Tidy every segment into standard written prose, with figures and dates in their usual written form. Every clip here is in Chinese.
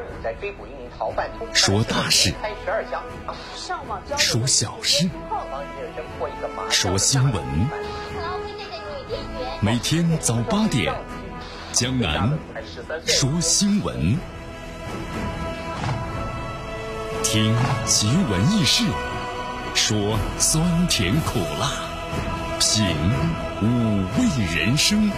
说大事，说小事，说新闻。每天早8点，江南说新闻，听奇闻异事，说酸甜苦辣，品五味人生。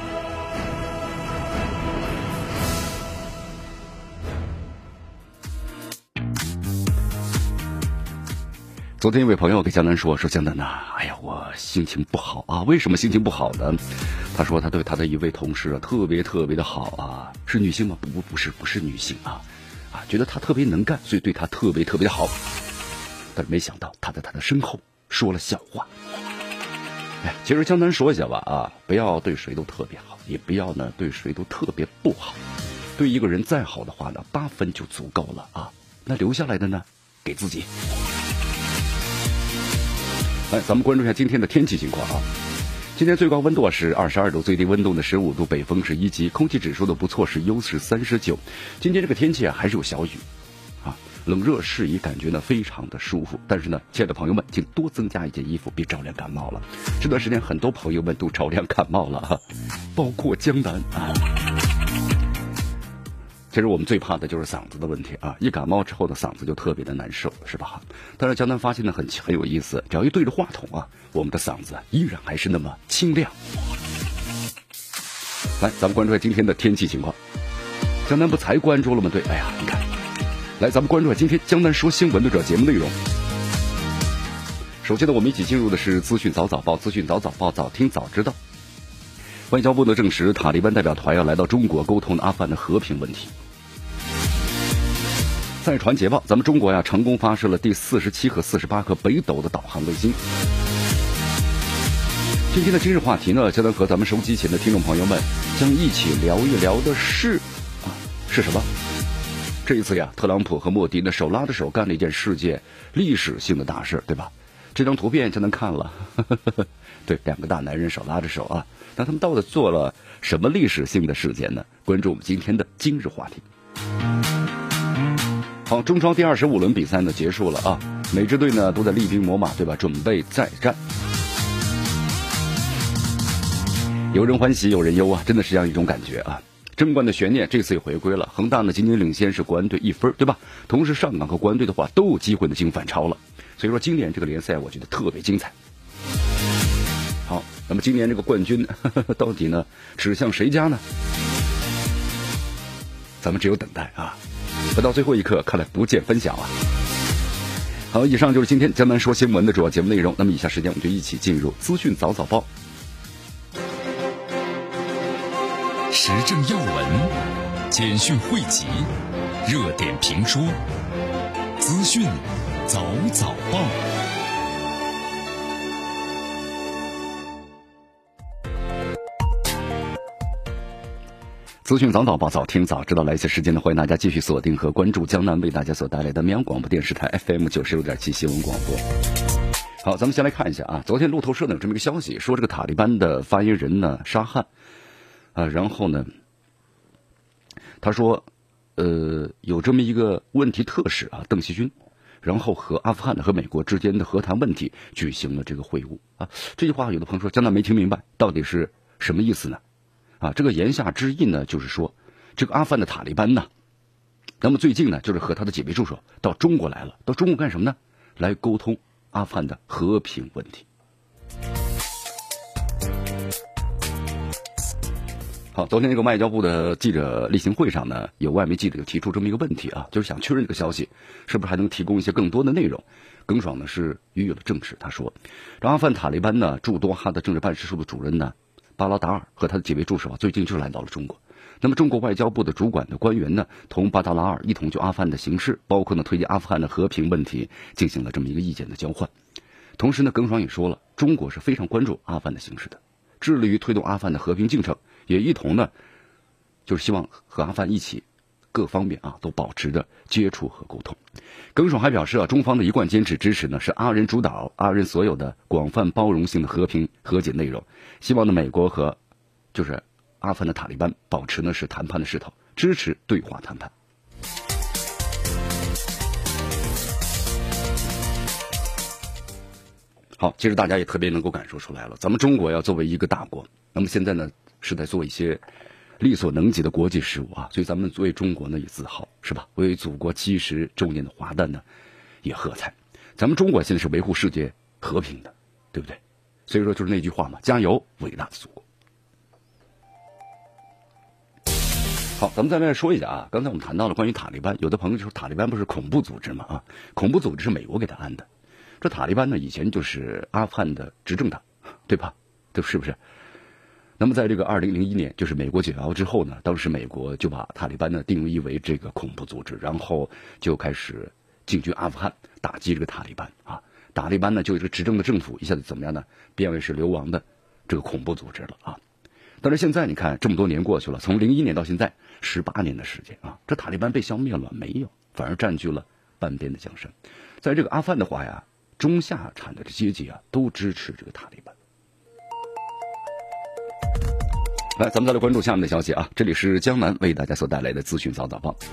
昨天一位朋友给江南说江南呐，哎呀，我心情不好啊。为什么心情不好呢？他说他对他的一位同事特别的好啊。是女性吗？不是女性啊，觉得他特别能干，所以对他特别的好。但是没想到他在他的身后说了笑话。其实江南说一下吧不要对谁都特别好，也不要呢对谁都特别不好。对一个人再好的话呢，8分就足够了啊。那留下来的呢，给自己。来，咱们关注一下今天的天气情况啊。今天最高温度是22度，最低温度呢15度，北风是1级，空气指数的不错，是优是39。今天这个天气还是有小雨啊，冷热适宜，感觉呢非常的舒服。但是呢，亲爱的朋友们，请多增加一件衣服，别着凉感冒了。这段时间很多朋友们都着凉感冒了包括江南啊。其实我们最怕的就是嗓子的问题啊，一感冒之后的嗓子就特别的难受，是吧？但是江南发现呢很有意思，只要一对着话筒我们的嗓子依然还是那么清亮。来，咱们关注一下今天的天气情况。江南不才关注了吗？对，哎呀，你看，来，咱们关注一下今天江南说新闻的这节目内容。首先呢，我们一起进入的是资讯早报，资讯早报，早听早知道。外交部呢证实，塔利班代表团要来到中国沟通阿富汗的和平问题。再传捷报，咱们中国成功发射了第47和48颗北斗的导航卫星。今天的今日话题呢，江南和咱们收机前的听众朋友们将一起聊一聊的是什么？这一次特朗普和莫迪呢手拉着手干了一件世界历史性的大事，对吧？这张图片江南看了对，两个大男人手拉着手那他们到底做了什么历史性的事件呢？关注我们今天的今日话题。好，中超第25轮比赛呢结束了每支队呢都在厉兵秣马，对吧？准备再战。有人欢喜有人忧真的是这样一种感觉争冠的悬念这次也回归了，恒大呢仅仅领先是国安队1分，对吧？同时上港和国安队的话都有机会的进反超了，所以说今年这个联赛我觉得特别精彩。好，那么今年这个冠军到底呢指向谁家呢？咱们只有等待不到最后一刻，看来不见分晓好，以上就是今天江南说新闻的主要节目内容。那么以下时间我们就一起进入资讯早报。 时政要闻、简讯汇集、热点评说，资讯早报。资讯早报，早听早知道。来一些时间呢，欢迎大家继续锁定和关注江南为大家所带来的绵阳广播电视台 FM 96.7新闻广播。好，咱们先来看一下昨天路透社呢有这么一个消息，说这个塔利班的发言人呢沙汉然后呢他说有这么一个问题特使邓锡军，然后和阿富汗和美国之间的和谈问题举行了这个会晤这句话有的朋友说江南没听明白到底是什么意思呢？这个言下之意呢，就是说这个阿富汗的塔利班呢，那么最近呢，就是和他的几位助手到中国来了，到中国干什么呢？来沟通阿富汗的和平问题。好，昨天这个外交部的记者例行会上呢，有外媒记者提出这么一个问题就是想确认这个消息是不是还能提供一些更多的内容。耿爽呢是予以了证实，他说，阿富汗塔利班呢驻多哈的政治办事处的主任呢巴拉达尔和他的几位助手最近就来到了中国。那么中国外交部的主管的官员呢，同巴达拉尔一同就阿富汗的形势，包括呢推进阿富汗的和平问题进行了这么一个意见的交换。同时呢，耿爽也说了，中国是非常关注阿富汗的形势的，致力于推动阿富汗的和平进程，也一同呢就是希望和阿富汗一起各方面都保持着接触和沟通。耿爽还表示中方的一贯坚持支持呢是阿人主导、阿人所有的广泛包容性的和平和解内容，希望呢美国和就是阿富汗的塔利班保持呢是谈判的势头，支持对话谈判。 好，其实大家也特别能够感受出来了，咱们中国要作为一个大国，那么现在呢是在做一些力所能及的国际事务啊，所以咱们作为中国呢也自豪，是吧？为祖国70周年的华诞呢也喝彩。咱们中国现在是维护世界和平的，对不对？所以说就是那句话嘛，加油，伟大的祖国。好，咱们再来说一下啊，刚才我们谈到了关于塔利班，有的朋友就说塔利班不是恐怖组织吗？啊，恐怖组织是美国给他安的。这塔利班呢，以前就是阿富汗的执政党，对吧？这是不是？那么在这个2001年，就是美国解放之后呢，当时美国就把塔利班呢定义为这个恐怖组织，然后就开始进军阿富汗，打击这个塔利班啊。塔利班呢就一个执政的政府一下子怎么样呢？变为是流亡的这个恐怖组织了啊。但是现在你看，这么多年过去了，从01年到现在18年的时间啊，这塔利班被消灭了没有？反而占据了半边的江山。在这个阿富汗的话呀，中下产的阶级啊都支持这个塔利班。来，咱们再来关注下面的消息啊，这里是江南为大家所带来的资讯早早报。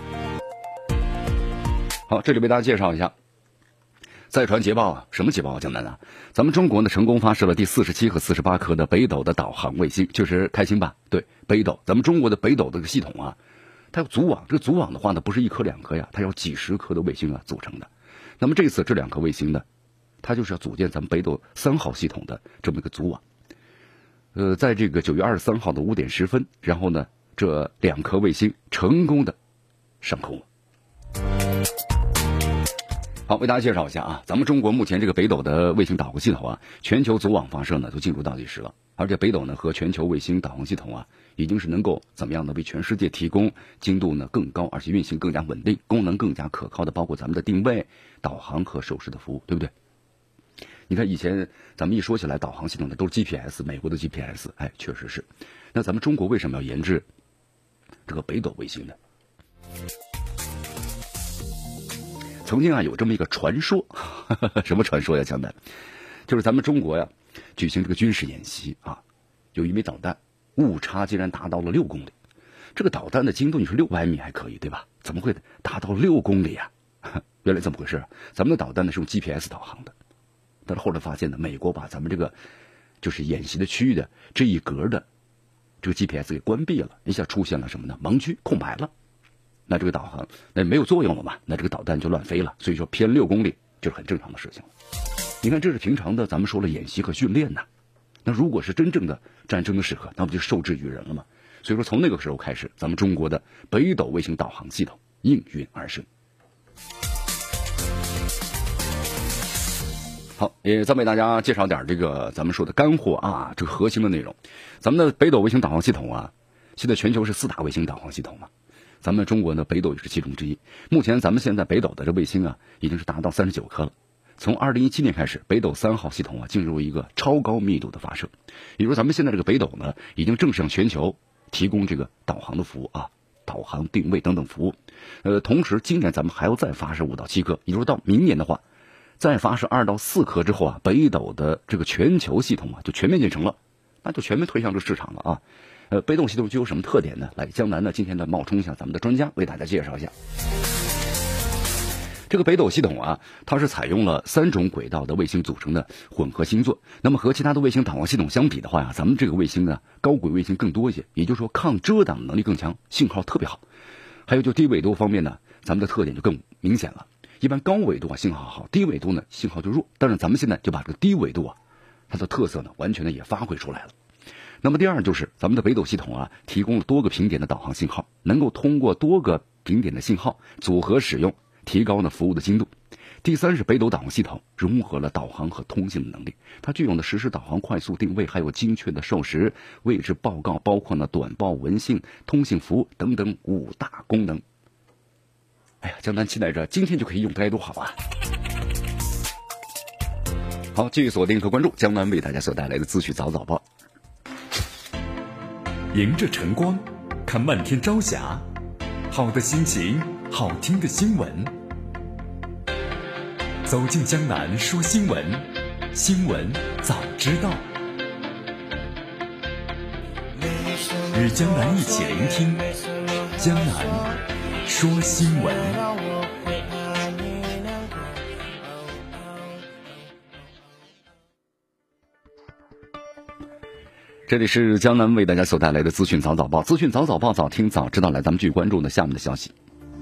好，这里为大家介绍一下再传捷报啊，什么捷报啊？江南啊，咱们中国呢成功发射了第47和48颗的北斗的导航卫星，就是开心吧？对，北斗，咱们中国的北斗这个系统啊，它要组网，这个组网的话呢，不是1颗2颗呀，它要几十颗的卫星啊组成的。那么这次这2颗卫星呢，它就是要组建咱们北斗3号系统的这么一个组网。在这个9月23号的5点10分，然后呢，这2颗卫星成功的上空了。好，为大家介绍一下啊，咱们中国目前这个北斗的卫星导航系统啊，全球组网发射呢都进入倒计时了，而且北斗呢和全球卫星导航系统啊，已经是能够怎么样呢？为全世界提供精度呢更高，而且运行更加稳定、功能更加可靠的，包括咱们的定位、导航和手势的服务，对不对？你看以前咱们一说起来导航系统的都是 GPS， 美国的 GPS， 哎，确实是。那咱们中国为什么要研制这个北斗卫星呢？曾经啊有这么一个传说，什么传说呀？江南，就是咱们中国呀举行这个军事演习啊，有一枚导弹误差竟然达到了6公里，这个导弹的精度你说600米还可以对吧？怎么会达到6公里啊？原来怎么回事？咱们的导弹呢是用 GPS 导航的，但是后来发现呢，美国把咱们这个就是演习的区域的这一格的这个 GPS 给关闭了，一下出现了什么呢？盲区，空白了。那这个导航那没有作用了嘛？那这个导弹就乱飞了，所以说偏6公里就是很正常的事情了。你看，这是平常的咱们说了演习和训练呐。那如果是真正的战争的时刻，那不就受制于人了吗？所以说从那个时候开始，咱们中国的北斗卫星导航系统应运而生。好，也再为大家介绍点这个咱们说的干货啊，这个核心的内容。咱们的北斗卫星导航系统啊，现在全球是4大卫星导航系统嘛。咱们中国呢，北斗也是其中之一。目前咱们现在北斗的这卫星啊，已经是达到39颗了。从2017年开始，北斗3号系统啊进入一个超高密度的发射，也就是咱们现在这个北斗呢，已经正式向全球提供这个导航的服务啊，导航、定位等等服务。同时今年咱们还要再发射5到7颗，也就是到明年的话，再发射2到4颗之后啊，北斗的这个全球系统啊就全面建成了，那就全面推向这个市场了啊。北斗系统具有什么特点呢？来，江南呢今天呢冒充一下咱们的专家，为大家介绍一下。这个北斗系统啊，它是采用了3种轨道的卫星组成的混合星座。那么和其他的卫星导航系统相比的话呀，咱们这个卫星呢高轨卫星更多一些，也就是说抗遮挡能力更强，信号特别好。还有就低纬度方面呢，咱们的特点就更明显了。一般高纬度啊信号好，低纬度呢信号就弱。但是咱们现在就把这个低纬度啊，它的特色呢完全的也发挥出来了。那么第二就是咱们的北斗系统啊，提供了多个频点的导航信号，能够通过多个频点的信号组合使用，提高呢服务的精度。第三是北斗导航系统融合了导航和通信的能力，它具有呢实时导航、快速定位，还有精确的授时、位置报告，包括呢短报、文信、通信服务等等5大功能。哎呀，江南期待着今天就可以用，该多好啊！好，继续锁定和关注江南为大家所带来的资讯早早报。 迎着晨光，看漫天朝霞，好的心情，好听的新闻。走进江南说新闻，新闻早知道。与江南一起聆听江南说新闻。 这里是江南为大家所带来的资讯早早报，资讯早早报，早听早知道。来，咱们继续关注的下面的消息。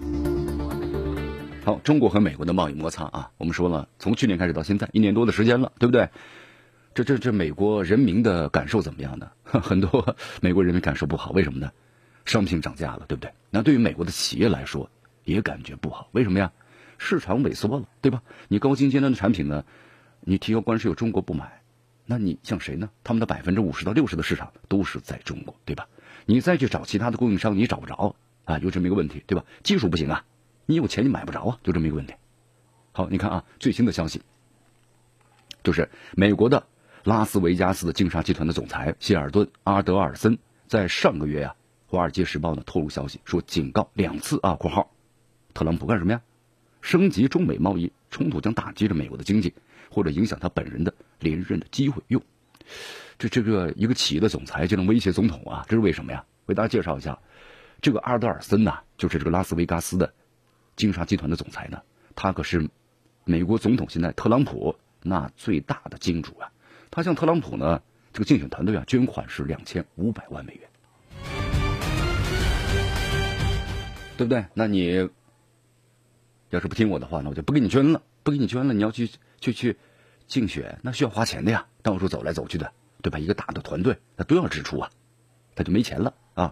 好，中国和美国的贸易摩擦啊，我们说了，从去年开始到现在1年多的时间了，对不对？这美国人民的感受怎么样呢？很多美国人民感受不好，为什么呢？商品涨价了，对不对？那对于美国的企业来说，也感觉不好，为什么呀？市场萎缩了，对吧？你高精尖端的产品呢，你提高关税，有中国不买，那你像谁呢？他们的50%到60%的市场都是在中国，对吧？你再去找其他的供应商，你找不着啊，有这么一个问题，对吧？技术不行啊，你有钱你买不着啊，就这么一个问题。好，你看啊，最新的消息就是美国的拉斯维加斯的金沙集团的总裁谢尔顿·阿德尔森在上个月呀，华尔街时报呢透露消息说，警告2次啊（括号）特朗普干什么呀？升级中美贸易冲突将打击着美国的经济，或者影响他本人的连任的机会。哟，这个一个企业的总裁就能威胁总统啊？这是为什么呀？为大家介绍一下，这个阿德尔森呐，就是这个拉斯维加斯的金沙集团的总裁呢，他可是美国总统现在特朗普那最大的金主啊。他向特朗普呢这个竞选团队啊捐款是2500万美元，对不对？那你要是不听我的话呢，我就不给你捐了，你要去竞选，那需要花钱的呀，到处走来走去的，对吧？一个大的团队，那都要支出啊，他就没钱了啊。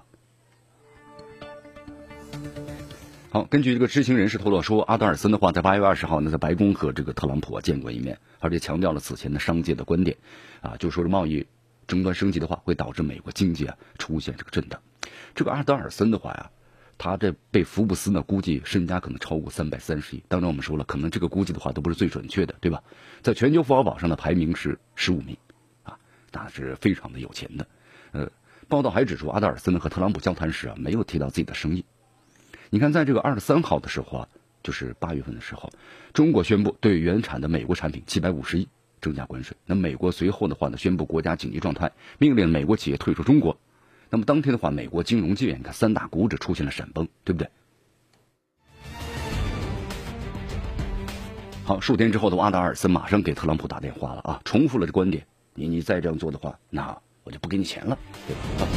好，根据这个知情人士透露说，阿德尔森的话在8月20号呢，在白宫和这个特朗普见过一面，而且强调了此前的商界的观点啊，就说是贸易争端升级的话，会导致美国经济啊出现这个震荡。这个阿德尔森的话呀，他这被福布斯呢估计身家可能超过330亿。当然我们说了，可能这个估计的话都不是最准确的，对吧？在全球富豪榜上的排名是15名啊，那是非常的有钱的。报道还指出，阿德尔森呢和特朗普交谈时啊，没有提到自己的生意。你看，在这个23号的时候啊，就是8月份的时候，中国宣布对原产的美国产品750亿增加关税。那美国随后的话呢，宣布国家紧急状态，命令美国企业退出中国。那么当天的话，美国金融界你看3大股指出现了闪崩，对不对？好，数天之后的阿德尔森马上给特朗普打电话了啊，重复了这观点，你再这样做的话，那我就不给你钱了，对吧？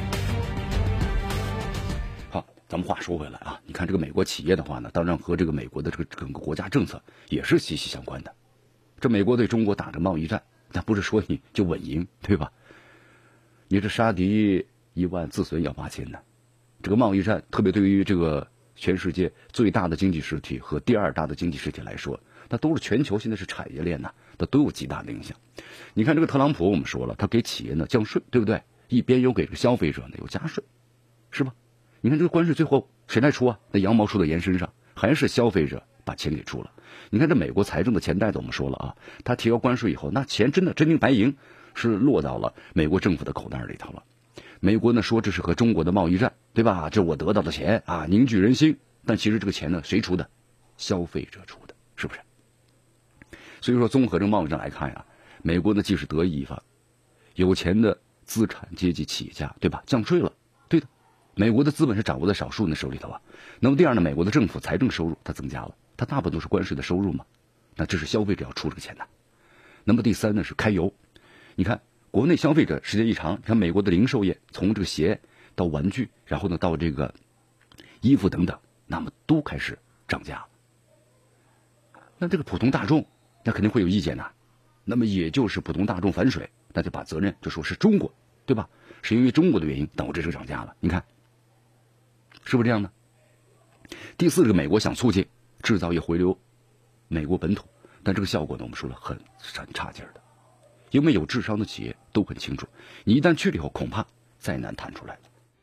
好，咱们话说回来啊，你看这个美国企业的话呢，当然和这个美国的这个整个国家政策也是息息相关的。这美国对中国打着贸易战，那不是说你就稳赢，对吧？你这杀敌1万，自损也要8000呢。这个贸易战，特别对于这个全世界最大的经济实体和第2大的经济实体来说，那都是全球现在是产业链呐，那都有极大的影响。你看这个特朗普，我们说了，他给企业呢降税，对不对？一边又给这个消费者呢又加税，是吧？你看这个关税最后谁来出啊？那羊毛出在羊身上，还是消费者把钱给出了。你看这美国财政的钱袋子，我们说了啊，他提高关税以后，那钱真金白银是落到了美国政府的口袋里头了。美国呢说这是和中国的贸易战，对吧？这我得到的钱啊，凝聚人心。但其实这个钱呢，谁出的？消费者出的，是不是？所以说，综合这个贸易战来看呀，美国呢既是得益一方，有钱的资产阶级企业家，对吧？降税了，对的。美国的资本是掌握在少数人的手里头啊。那么第二呢，美国的政府财政收入它增加了，它大部分都是关税的收入嘛，那这是消费者要出这个钱的。那么第三呢是开油，你看国内消费者时间一长，你看美国的零售业从这个鞋到玩具，然后呢到这个衣服等等，那么都开始涨价了。那这个普通大众那肯定会有意见呐，那么也就是普通大众反水，那就把责任就说是中国，对吧？是因为中国的原因导致这个涨价了，你看是不是这样呢？第四，这个美国想促进制造业回流美国本土，但这个效果呢，我们说了很差劲的，因为有智商的企业都很清楚，你一旦去了以后，恐怕再难弹出来了。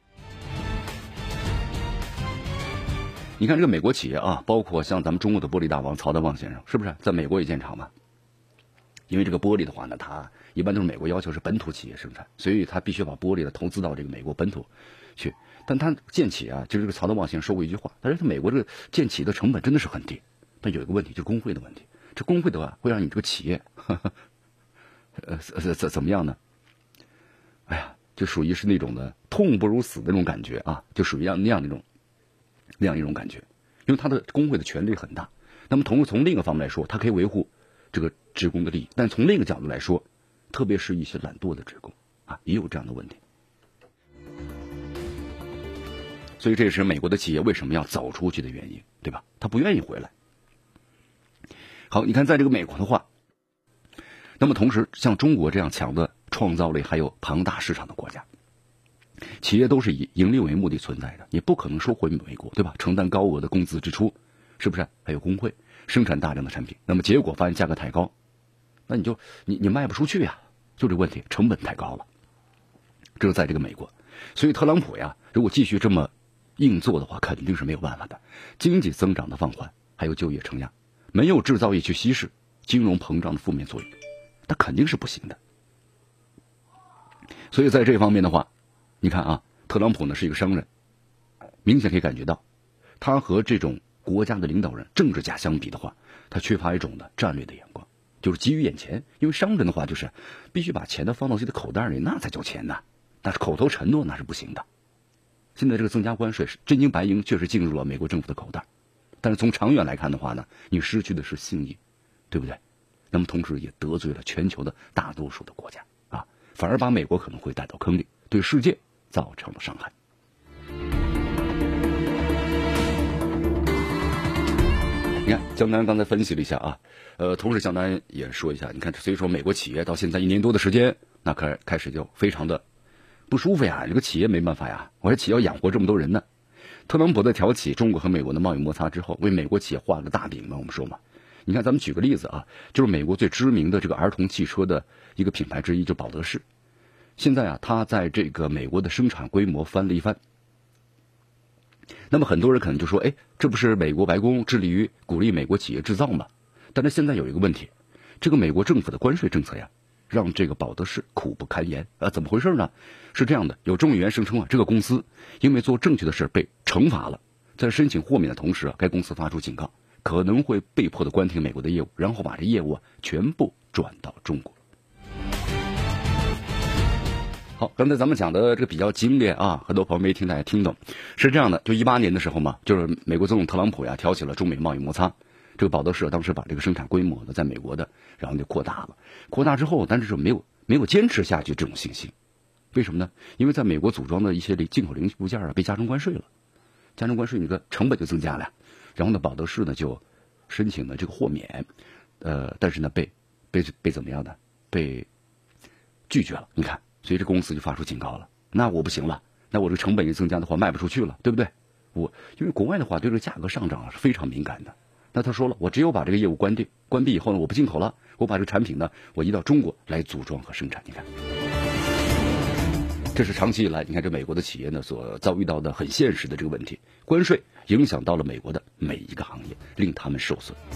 你看这个美国企业啊，包括像咱们中国的玻璃大王曹德旺先生，是不是在美国也建厂嘛？因为这个玻璃的话呢，它一般都是美国要求是本土企业生产，所以他必须把玻璃呢投资到这个美国本土去。但他建企啊，就是这个曹德旺先生说过一句话，他说他美国这个建企的成本真的是很低，但有一个问题就是工会的问题。这工会的话会让你这个企业怎么样呢？哎呀，就属于是那种的痛不如死的那种感觉啊，就属于那样一种感觉。因为他的工会的权力很大，那么从另一个方面来说，他可以维护这个职工的利益，但从另一个角度来说，特别是一些懒惰的职工， 啊，也有这样的问题。所以这也是美国的企业为什么要走出去的原因，对吧？他不愿意回来。好，你看在这个美国的话，那么同时像中国这样强的创造力还有庞大市场的国家，企业都是以盈利为目的存在的，你不可能说回美国，对吧？承担高额的工资支出，是不是？还有工会，生产大量的产品，那么结果发现价格太高，那你卖不出去呀，就这个问题，成本太高了。这是在这个美国，所以特朗普呀，如果继续这么硬做的话，肯定是没有办法的。经济增长的放缓，还有就业承压，没有制造业去稀释金融膨胀的负面作用，那肯定是不行的。所以在这方面的话，你看啊，特朗普呢是一个商人，明显可以感觉到，他和这种国家的领导人、政治家相比的话，他缺乏一种的战略的眼光，就是急于眼前。因为商人的话，就是必须把钱呢放到自己的口袋里，那才叫钱呢。但是口头承诺那是不行的。现在这个增加关税，真金白银确实进入了美国政府的口袋，但是从长远来看的话呢，你失去的是信誉，对不对？那么同时也得罪了全球的大多数的国家啊，反而把美国可能会带到坑里，对世界造成了伤害。你看江南刚才分析了一下啊，同时江南也说一下，你看所以说美国企业到现在1年多的时间，那开始就非常的不舒服呀，这个企业没办法呀，我这企业要养活这么多人呢。特朗普在挑起中国和美国的贸易摩擦之后，为美国企业画了个大饼嘛，我们说嘛。你看咱们举个例子啊，就是美国最知名的这个儿童汽车的一个品牌之一，就保德仕。现在啊，它在这个美国的生产规模翻了一番。那么很多人可能就说，哎，这不是美国白宫致力于鼓励美国企业制造吗？但是现在有一个问题，这个美国政府的关税政策呀，让这个保德仕苦不堪言啊！怎么回事呢？是这样的，有众议员声称啊，这个公司因为做正确的事被惩罚了，在申请豁免的同时啊，该公司发出警告，可能会被迫的关停美国的业务，然后把这业务全部转到中国。好，刚才咱们讲的这个比较精炼啊，很多朋友没听大家听懂，是这样的，就18年的时候嘛，就是美国总统特朗普呀挑起了中美贸易摩擦，这个保德仕当时把这个生产规模呢在美国的，然后就扩大了，扩大之后，但是没有坚持下去这种信心，为什么呢？因为在美国组装的一些进口零部件啊被加征关税了，加征关税你的成本就增加了，然后呢保德仕呢就申请了这个豁免，但是呢被怎么样的被拒绝了，你看。所以这公司就发出警告了，那我不行了，那我这个成本一增加的话卖不出去了，对不对？因为国外的话对这个价格上涨是非常敏感的。那他说了，我只有把这个业务关闭以后呢，我不进口了，我把这个产品呢，我移到中国来组装和生产。你看，这是长期以来你看这美国的企业呢所遭遇到的很现实的这个问题，关税影响到了美国的每一个行业，令他们受损。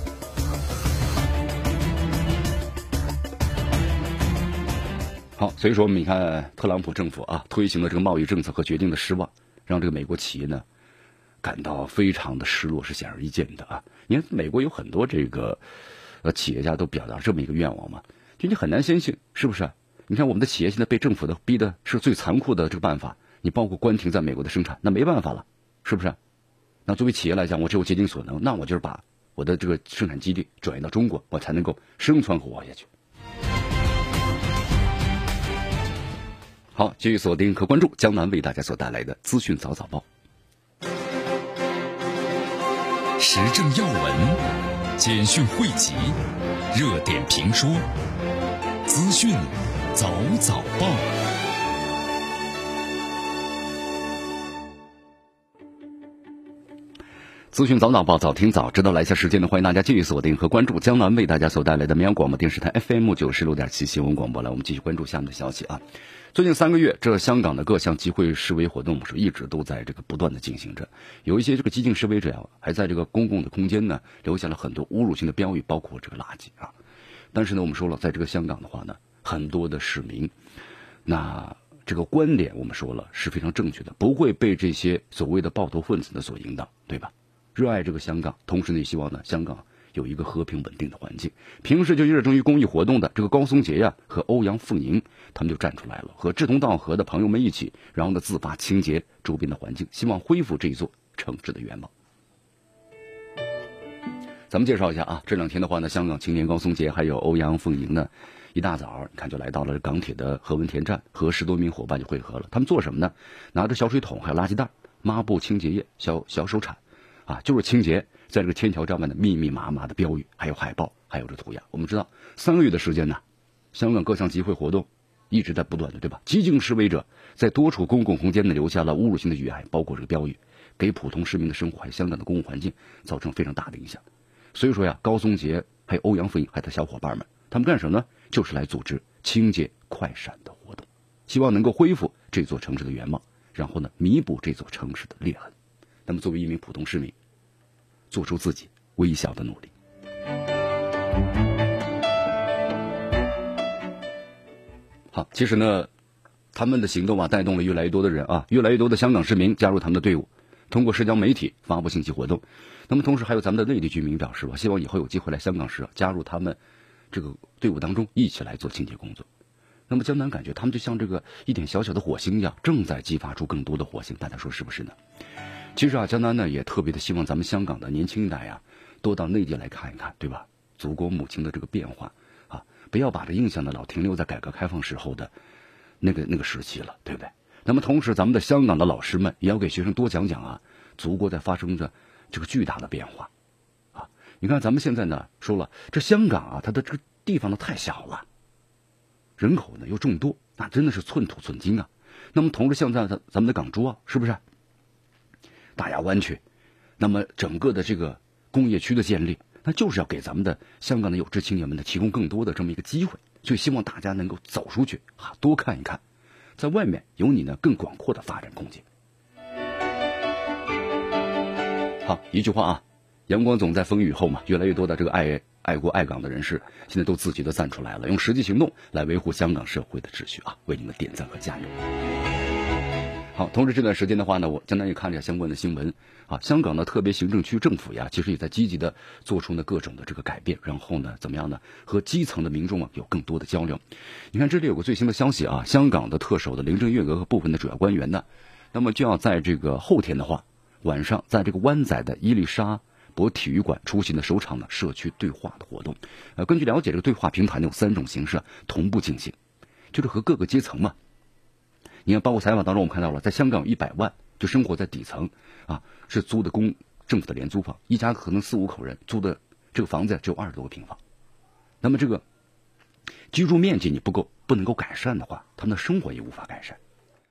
好，所以说我们你看特朗普政府啊推行的这个贸易政策和决定的失望，让这个美国企业呢感到非常的失落，是显而易见的啊。你看美国有很多这个企业家都表达这么一个愿望嘛，就你很难相信，是不是？你看我们的企业现在被政府的逼的是最残酷的这个办法，你包括关停在美国的生产，那没办法了，是不是？那作为企业来讲，我只有竭尽所能，那我就是把我的这个生产基地转移到中国，我才能够生存活下去。好，继续锁定和关注江南为大家所带来的资讯早早报， 时政要闻、简讯汇集、热点评说、资讯早早报。 资讯早早报，早听早知道。来下时间呢，欢迎大家继续锁定和关注江南为大家所带来的绵阳广播电视台 FM 96.7新闻广播。来，我们继续关注下面的消息啊。最近3个月，这香港的各项集会示威活动是一直都在这个不断的进行着。有一些这个激进示威者还在这个公共的空间呢留下了很多侮辱性的标语，包括这个垃圾啊。但是呢，我们说了，在这个香港的话呢，很多的市民，那这个观点我们说了是非常正确的，不会被这些所谓的暴徒分子呢所引导，对吧？热爱这个香港，同时呢，也希望呢香港有一个和平稳定的环境。平时就热衷于公益活动的这个高松杰呀和欧阳凤莹，他们就站出来了，和志同道合的朋友们一起，然后呢自发清洁周边的环境，希望恢复这座城市的原貌。咱们介绍一下啊，这2天的话呢，香港青年高松杰还有欧阳凤莹呢， 一大早你看就来到了港铁的何文田站，和10多名伙伴就会合了。他们做什么呢？拿着小水桶还有垃圾袋、抹布、清洁液、小手铲啊，就是清洁在这个天桥站外的密密麻麻的标语，还有海报，还有这涂鸦。我们知道3个月的时间呢，香港各项集会活动一直在不断的，对吧？激进示威者在多处公共空间呢留下了侮辱性的语言，包括这个标语，给普通市民的生活还有香港的公共环境造成非常大的影响。所以说呀，高松杰还有欧阳飞还有他小伙伴们，他们干什么呢？就是来组织清洁快闪的活动，希望能够恢复这座城市的原貌，然后呢弥补这座城市的裂痕。那么作为一名普通市民，做出自己微小的努力。好，其实呢，他们的行动啊，带动了越来越多的人啊，越来越多的香港市民加入他们的队伍，通过社交媒体发布信息活动。那么同时还有咱们的内地居民表示吧，希望以后有机会来香港时加入他们这个队伍当中，一起来做清洁工作。那么江南感觉他们就像这个一点小小的火星一样，正在激发出更多的火星，大家说是不是呢？其实啊，江南呢也特别的希望咱们香港的年轻一代啊，多到内地来看一看，对吧？祖国母亲的这个变化啊，不要把这印象呢老停留在改革开放时候的那个时期了，对不对？那么同时咱们的香港的老师们也要给学生多讲讲啊，祖国在发生着这个巨大的变化啊。你看咱们现在呢说了，这香港啊它的这个地方呢太小了，人口呢又众多，那真的是寸土寸金啊。那么同时像在咱们的港珠澳，是不是大亚湾区，那么整个的这个工业区的建立，那就是要给咱们的香港的有志青年们呢提供更多的这么一个机会。所以希望大家能够走出去啊，多看一看，在外面有你呢更广阔的发展空间。好，一句话啊，阳光总在风雨后嘛，越来越多的这个爱国爱港的人士现在都自觉的站出来了，用实际行动来维护香港社会的秩序啊，为你们点赞和加油。好，同时这段时间的话呢，我江南也看了一下相关的新闻啊，香港的特别行政区政府呀，其实也在积极的做出呢各种的这个改变，然后呢怎么样呢，和基层的民众啊有更多的交流。你看这里有个最新的消息啊，香港的特首的林郑月娥和部分的主要官员呢，那么就要在这个后天的话，晚上在这个湾仔的伊丽莎博体育馆出席的首场呢社区对话的活动。根据了解，这个对话平台有3种形式同步进行，就是和各个阶层嘛。你看，包括采访当中我们看到了，在香港有100万就生活在底层啊，是租的政府的廉租房，一家可能4、5口人租的这个房子只有20多个平方。那么这个居住面积你不能够改善的话，他们的生活也无法改善。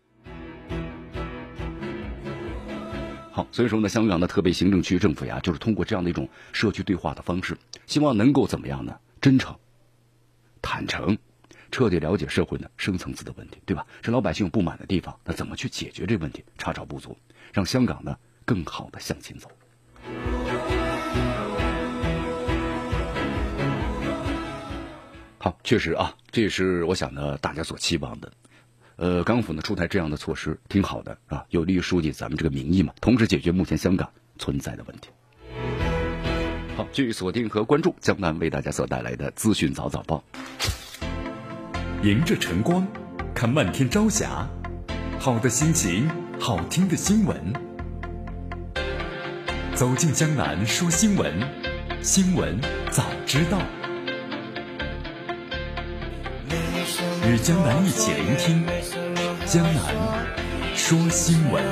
好，所以说呢，香港的特别行政区政府呀，就是通过这样的一种社区对话的方式，希望能够怎么样呢？真诚、坦诚。彻底了解社会呢深层次的问题，对吧？是老百姓有不满的地方，那怎么去解决这个问题？查找不足，让香港呢更好的向前走。好，确实啊，这也是我想呢大家所期望的。港府呢出台这样的措施挺好的啊，有利于疏解咱们这个民意嘛，同时解决目前香港存在的问题。好，继续锁定和关注江南为大家所带来的资讯早早报。 迎着晨光，看漫天朝霞，好的心情，好听的新闻。走进江南说新闻，新闻早知道。与江南一起聆听江南说新闻。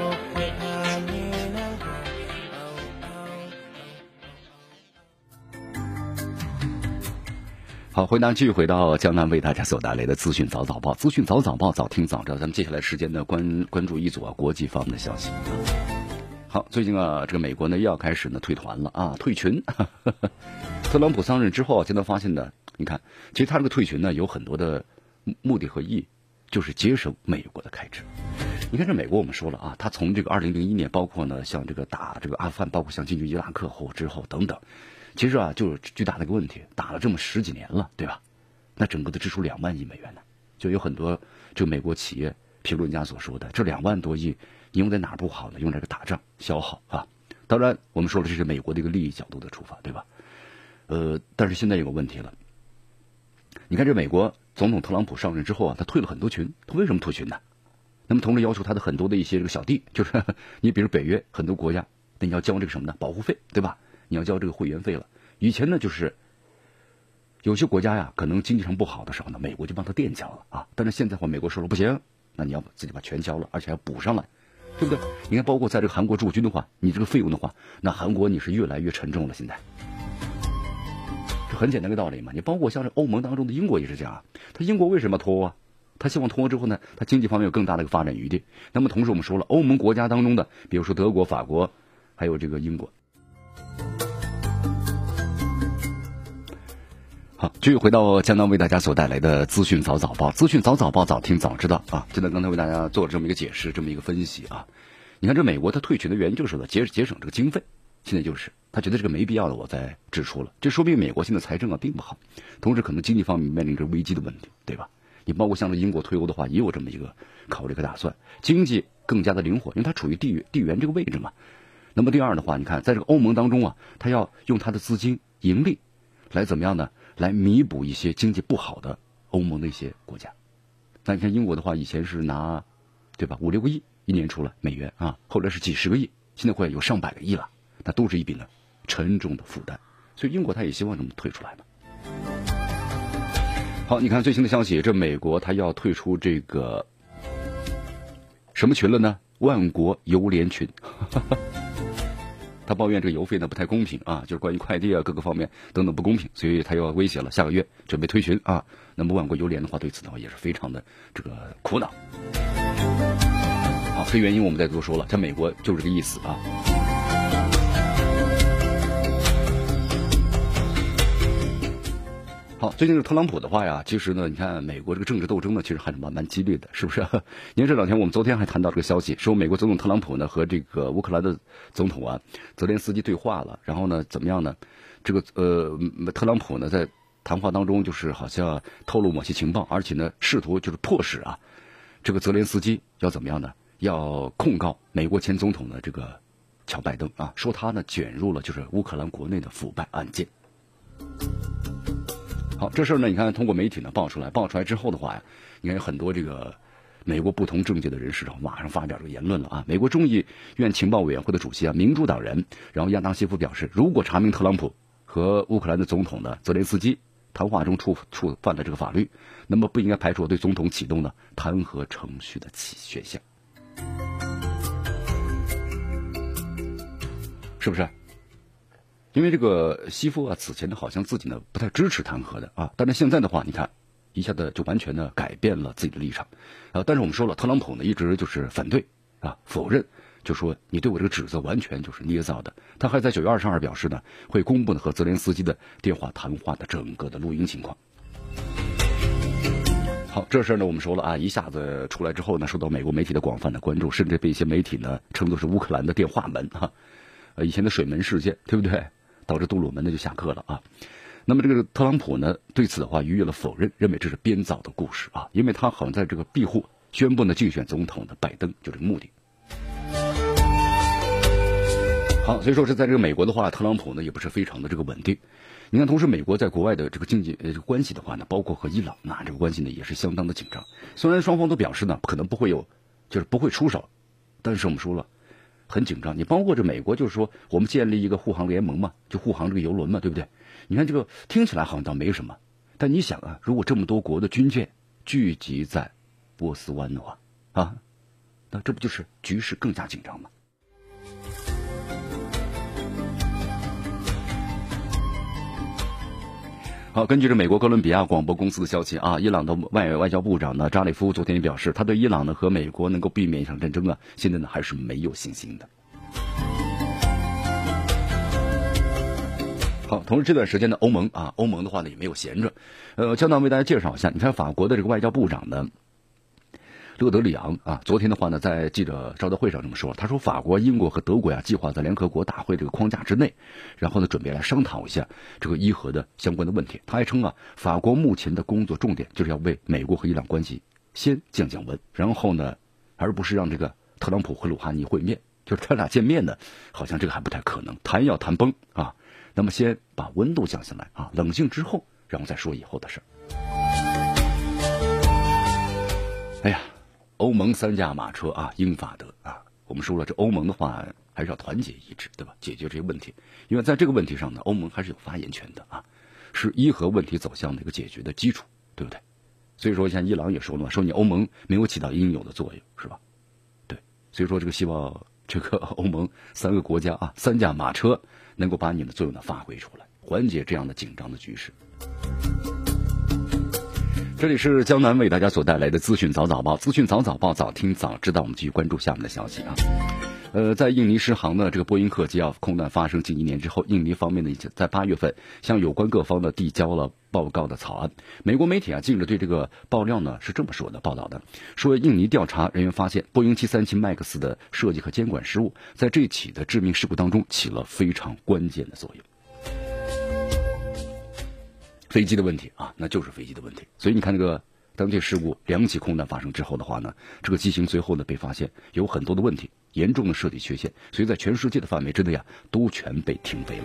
好，继续回到江南为大家所带来的资讯早早报，资讯早早报，早听早知道。咱们接下来时间呢，关注一组国际方面的消息。好，最近啊，这个美国呢又要开始呢退团了啊，退群。特朗普上任之后，现在发现呢，你看，其实他这个退群呢有很多的目的和意义，就是节省美国的开支。你看这美国，我们说了啊，他从这个2001年，包括呢像这个打这个阿富汗，包括像进军伊拉克之后等等。其实啊，就是巨大的一个问题，打了这么10几年了，对吧？那整个的支出2万亿美元呢，就有很多这个美国企业评论家所说的，这2万多亿用在哪儿不好呢？用这个打仗消耗啊。当然，我们说的这是美国的一个利益角度的出发，对吧？但是现在有个问题了，你看这美国总统特朗普上任之后啊，他退了很多群，他为什么退群呢？那么同时要求他的很多的一些这个小弟，就是你比如北约很多国家，那你要交这个什么呢？保护费，对吧？你要交这个会员费了。以前呢就是有些国家呀，可能经济上不好的时候呢，美国就帮他垫缴了啊。但是现在的话，美国说了不行，那你要自己把全交了，而且还要补上来，对不对？你看，包括在这个韩国驻军的话，你这个费用的话，那韩国你是越来越沉重了。现在，这很简单的道理嘛。你包括像是欧盟当中的英国也是这样啊。他英国为什么脱欧啊？他希望脱欧之后呢，他经济方面有更大的一个发展余地。那么同时我们说了，欧盟国家当中的，比如说德国、法国，还有这个英国。好，继续回到江南为大家所带来的资讯早早报，资讯早早报，早听早知道啊！就在刚才为大家做了这么一个解释，这么一个分析啊。你看，这美国它退群的原因就是节省这个经费，现在就是他觉得这个没必要的，我再支出了，这说明美国现在财政并不好，同时可能经济方面面临着危机的问题，对吧？你包括像这英国退欧的话，也有这么一个考虑和打算，经济更加的灵活，因为它处于地缘这个位置嘛。那么第二的话，你看在这个欧盟当中啊，它要用它的资金盈利来怎么样呢？来弥补一些经济不好的欧盟的一些国家。那你看英国的话，以前是拿，对吧，5、6个亿一年出来美元啊，后来是几十个亿，现在会有上百个亿了，那都是一笔呢沉重的负担。所以英国他也希望这么退出来嘛。好，你看最新的消息，这美国他要退出这个什么群了呢？万国邮联群。他抱怨这个邮费呢不太公平啊，就是关于快递啊各个方面等等不公平，所以他要威胁了，下个月准备退群啊。那么万国邮联的话，对此的话也是非常的这个苦恼。好，这原因我们再多说了，在美国就是这个意思啊。好，最近这个特朗普的话呀，其实呢，你看美国这个政治斗争呢，其实还是蛮激烈的，是不是？您这两天我们昨天还谈到这个消息，说美国总统特朗普呢和这个乌克兰的总统啊泽连斯基对话了，然后呢怎么样呢？这个特朗普呢在谈话当中就是好像透露某些情报，而且呢试图就是迫使啊这个泽连斯基要怎么样呢？要控告美国前总统的这个乔拜登啊，说他呢卷入了就是乌克兰国内的腐败案件。好，这事儿呢，你看通过媒体呢爆出来之后的话呀，你看有很多这个美国不同政界的人士马上发表这个言论了啊。美国众议院情报委员会的主席啊，民主党人，然后亚当西夫表示，如果查明特朗普和乌克兰的总统呢泽连斯基谈话中触犯了这个法律，那么不应该排除对总统启动呢弹劾程序的选项，是不是？因为这个西夫啊，此前呢好像自己呢不太支持弹劾的啊，但是现在的话，你看一下子就完全的改变了自己的立场，但是我们说了，特朗普呢一直就是反对啊，否认，就说你对我这个指责完全就是捏造的。他还在9月22日表示呢，会公布呢和泽连斯基的电话谈话的整个的录音情况。好，这事儿呢我们说了啊，一下子出来之后呢，受到美国媒体的广泛的关注，甚至被一些媒体呢称作是乌克兰的电话门哈，以前的水门事件，对不对？导致杜鲁门呢就下课了啊。那么这个特朗普呢对此的话予以了否认，认为这是编造的故事啊，因为他好像在这个庇护宣布呢竞选总统的拜登，就这个目的。好，所以说是在这个美国的话，特朗普呢也不是非常的这个稳定。你看，同时美国在国外的这个经济这个关系的话呢，包括和伊朗那这个关系呢也是相当的紧张。虽然双方都表示呢可能不会有，就是不会出手，但是我们说了。很紧张，你包括这美国就是说我们建立一个护航联盟嘛，就护航这个油轮嘛，对不对？你看这个听起来好像倒没什么，但你想啊，如果这么多国的军舰聚集在波斯湾的话啊，那这不就是局势更加紧张吗？好，根据这美国哥伦比亚广播公司的消息啊，伊朗的外交部长呢扎里夫昨天也表示，他对伊朗呢和美国能够避免一场战争啊，现在呢还是没有信心的。好，同时这段时间呢，欧盟的话呢也没有闲着，江南为大家介绍一下，你看法国的这个外交部长呢勒德里昂啊，昨天的话呢，在记者招待会上这么说，他说法国、英国和德国呀，计划在联合国大会这个框架之内，然后呢，准备来商讨一下这个伊核的相关的问题。他还称啊，法国目前的工作重点就是要为美国和伊朗关系先降温，然后呢，而不是让这个特朗普和鲁哈尼会面，就是他俩见面呢，好像这个还不太可能，谈要谈崩啊。那么先把温度降下来啊，冷静之后，然后再说以后的事儿。哎呀。欧盟3驾马车啊，英法德啊，我们说了，这欧盟的话还是要团结一致，对吧？解决这些问题，因为在这个问题上呢，欧盟还是有发言权的啊。 是伊核问题走向的一个解决的基础，对不对？所以说像伊朗也说了嘛，说你欧盟没有起到应有的作用，是吧？对，所以说这个希望这个欧盟3个国家啊，3驾马车能够把你们的作用呢发挥出来，缓解这样的紧张的局势。这里是江南为大家所带来的资讯早早报，资讯早早报，早听早知道。我们继续关注下面的消息啊。在印尼失航的这个波音客机啊空难发生近1年之后，印尼方面呢已经在8月份向有关各方呢递交了报告的草案。美国媒体啊近日对这个爆料呢是这么说的，报道的说，印尼调查人员发现波音737 MAX 的设计和监管失误，在这起的致命事故当中起了非常关键的作用。飞机的问题啊，那就是飞机的问题。所以你看这个当这事故2起空难发生之后的话呢，这个机型最后呢被发现有很多的问题，严重的设计缺陷，所以在全世界的范围之内啊，都全被停飞了。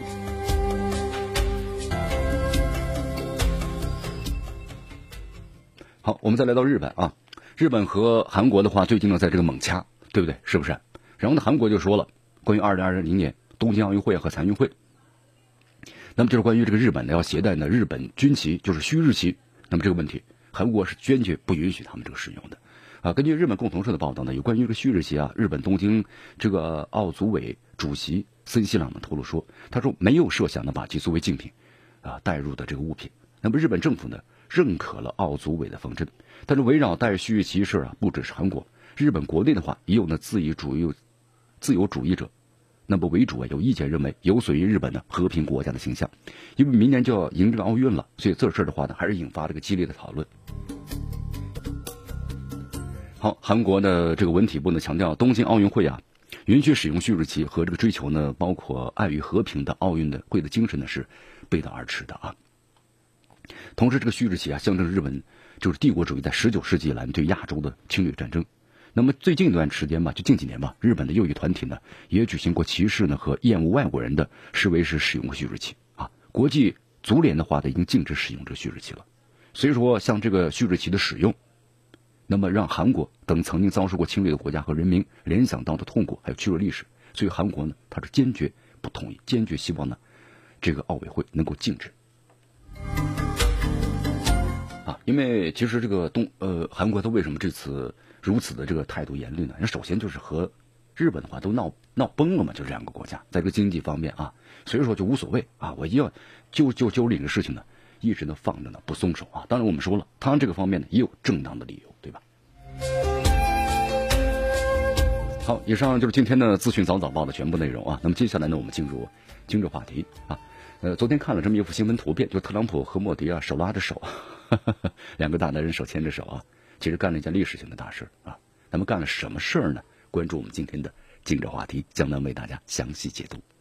好，我们再来到日本啊，日本和韩国的话，最近呢在这个猛掐，对不对？是不是？然后呢，韩国就说了，关于2020年东京奥运会和残运会。那么就是关于这个日本呢要携带呢日本军旗，就是虚日旗，那么这个问题韩国是坚决不允许他们这个使用的啊。根据日本共同社的报道呢，有关于这个虚日旗啊，日本东京这个奥组委主席森西朗呢透露说，他说没有设想呢把其作为竞品啊带入的这个物品。那么日本政府呢认可了奥组委的方针，但是围绕带虚日旗事啊，不只是韩国，日本国内的话也有呢自由主义者。那么为主啊，有意见认为有损于日本的和平国家的形象，因为明年就要迎这个奥运了，所以这事的话呢，还是引发这个激烈的讨论。好，韩国的这个文体部呢强调，东京奥运会啊，允许使用虚日旗和这个追求呢，包括爱与和平的奥运的会的精神呢是背道而驰的啊。同时，这个虚日旗啊，象征日本就是帝国主义在19世纪以来对亚洲的侵略战争。那么最近一段时间吧，就近几年吧，日本的右翼团体呢也举行过歧视呢和厌恶外国人的示威时使用虚日旗啊。国际足联的话呢已经禁止使用这虚日旗了。所以说，像这个虚日旗的使用，那么让韩国等曾经遭受过侵略的国家和人民联想到的痛苦还有屈辱历史，所以韩国呢它是坚决不同意，坚决希望呢这个奥委会能够禁止。啊，因为其实这个韩国它为什么这次如此的这个态度严厉呢？那首先就是和日本的话都闹崩了嘛，就是2个国家在这个经济方面啊，所以说就无所谓啊，我一要就这个事情呢，一直呢放着呢不松手啊。当然我们说了，他这个方面呢也有正当的理由，对吧？好，以上就是今天的资讯早早报的全部内容啊。那么接下来呢，我们进入今日话题啊。昨天看了这么一幅新闻图片，就特朗普和莫迪啊手拉着手，2个大男人手牵着手啊，其实干了一件历史性的大事啊。他们干了什么事儿呢？关注我们今天的今日话题，将能为大家详细解读。